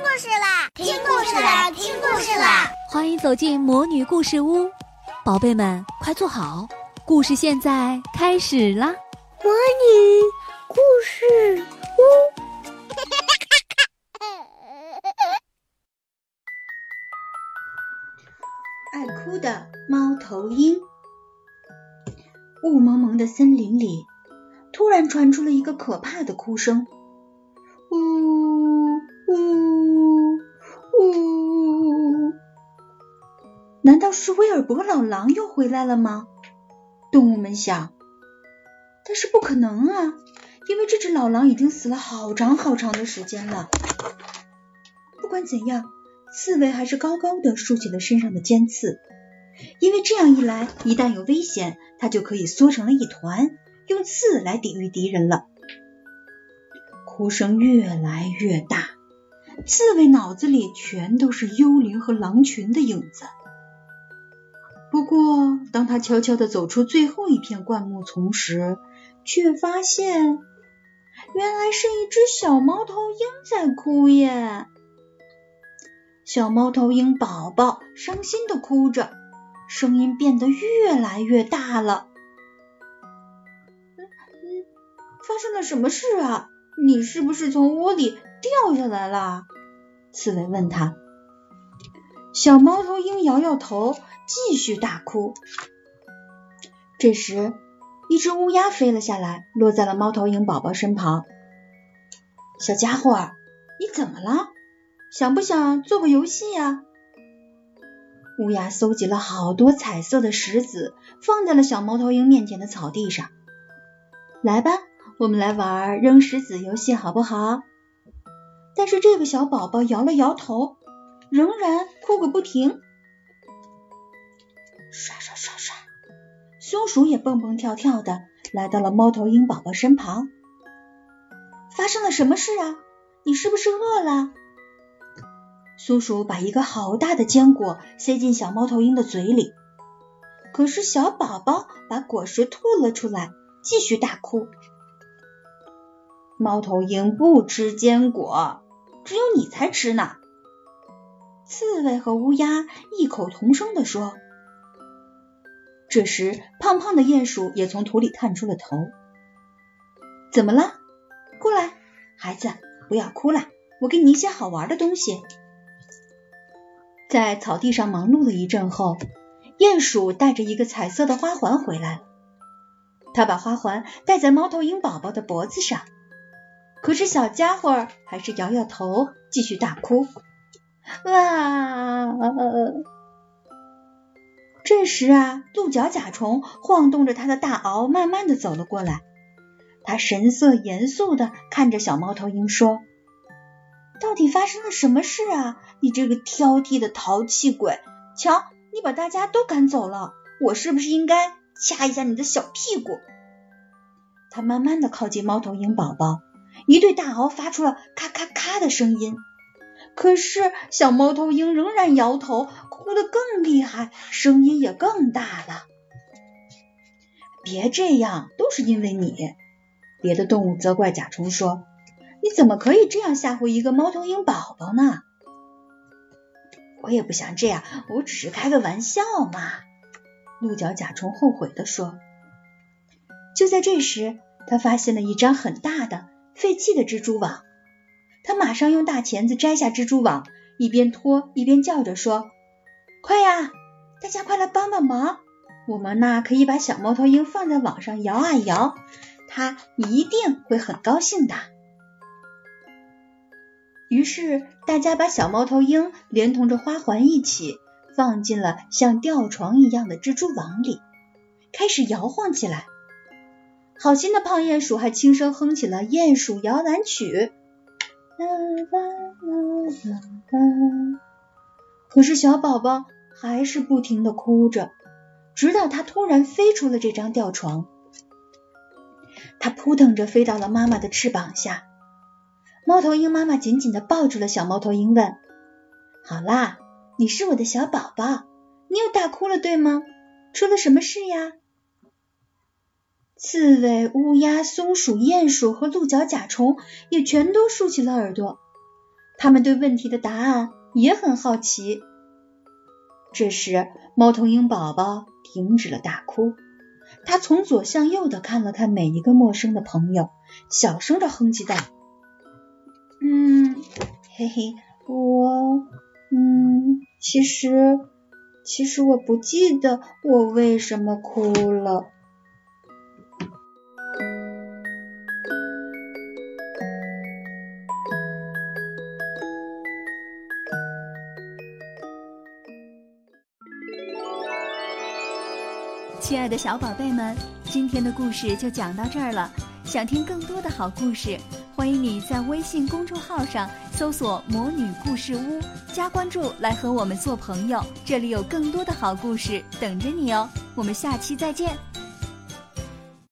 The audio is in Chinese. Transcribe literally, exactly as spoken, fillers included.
故事啦！听故事啦！听故事啦！ 欢迎走进魔女故事屋，宝贝们快坐好，故事现在开始啦！ 魔女故事屋。 爱哭的猫头鹰。雾蒙蒙的森林里，突然传出了一个可怕的哭声，呜呜呜！难道是威尔伯老狼又回来了吗？动物们想。但是不可能啊，因为这只老狼已经死了好长好长的时间了。不管怎样，刺猬还是高高的竖起了身上的尖刺，因为这样一来，一旦有危险，它就可以缩成了一团，用刺来抵御敌人了。哭声越来越大，刺猬脑子里全都是幽灵和狼群的影子。不过当他悄悄地走出最后一片灌木丛时，却发现原来是一只小猫头鹰在哭耶。小猫头鹰宝宝伤心地哭着，声音变得越来越大了。嗯嗯，发生了什么事啊？你是不是从窝里掉下来了？刺猬问他。小猫头鹰摇摇头，继续大哭。这时，一只乌鸦飞了下来，落在了猫头鹰宝宝身旁。小家伙，你怎么了？想不想做个游戏呀？乌鸦搜集了好多彩色的石子，放在了小猫头鹰面前的草地上。来吧，我们来玩扔石子游戏好不好？但是这个小宝宝摇了摇头，仍然哭个不停。刷刷刷刷，松鼠也蹦蹦跳跳的来到了猫头鹰宝宝身旁。发生了什么事啊？你是不是饿了？松鼠把一个好大的坚果塞进小猫头鹰的嘴里，可是小宝宝把果实吐了出来，继续大哭。猫头鹰不吃坚果，只有你才吃呢。刺猬和乌鸦异口同声地说。这时胖胖的鼹鼠也从土里探出了头。怎么了？过来，孩子，不要哭了，我给你一些好玩的东西。在草地上忙碌了一阵后，鼹鼠带着一个彩色的花环回来了。他把花环戴在猫头鹰宝宝的脖子上，可是小家伙还是摇摇头，继续大哭。哇！这时啊，鹿角甲虫晃动着它的大螯，慢慢地走了过来。他神色严肃地看着小猫头鹰说，到底发生了什么事啊？你这个挑剔的淘气鬼，瞧，你把大家都赶走了，我是不是应该掐一下你的小屁股？他慢慢地靠近猫头鹰宝宝，一对大螯发出了咔咔咔的声音。可是小猫头鹰仍然摇头，哭得更厉害，声音也更大了。别这样，都是因为你。别的动物责怪甲虫说，你怎么可以这样吓唬一个猫头鹰宝宝呢？我也不想这样，我只是开个玩笑嘛。鹿角甲虫后悔地说。就在这时，他发现了一张很大的废弃的蜘蛛网。他马上用大钳子摘下蜘蛛网，一边拖一边叫着说，快呀，大家快来帮帮忙，我们呢可以把小猫头鹰放在网上摇啊摇，它一定会很高兴的。于是大家把小猫头鹰连同着花环一起放进了像吊床一样的蜘蛛网里，开始摇晃起来。好心的胖鼹鼠还轻声哼起了鼹鼠摇篮曲。啦啦啦啦啦，可是小宝宝还是不停地哭着，直到他突然飞出了这张吊床。他扑腾着飞到了妈妈的翅膀下。猫头鹰妈妈紧紧地抱住了小猫头鹰，问，好啦，你是我的小宝宝，你又大哭了对吗？出了什么事呀？刺猬、乌鸦、松鼠、鼹鼠和鹿角甲虫也全都竖起了耳朵， 他们对问题的答案也很好奇。这时，猫头鹰宝宝停止了大哭，他从左向右地看了看每一个陌生的朋友，小声地哼唧道：嗯，嘿嘿，我，嗯，其实，其实我不记得我为什么哭了。 亲爱的小宝贝们，今天的故事就讲到这儿了。想听更多的好故事，欢迎你在微信公众号上搜索魔女故事屋，加关注来和我们做朋友，这里有更多的好故事等着你哦。我们下期再见。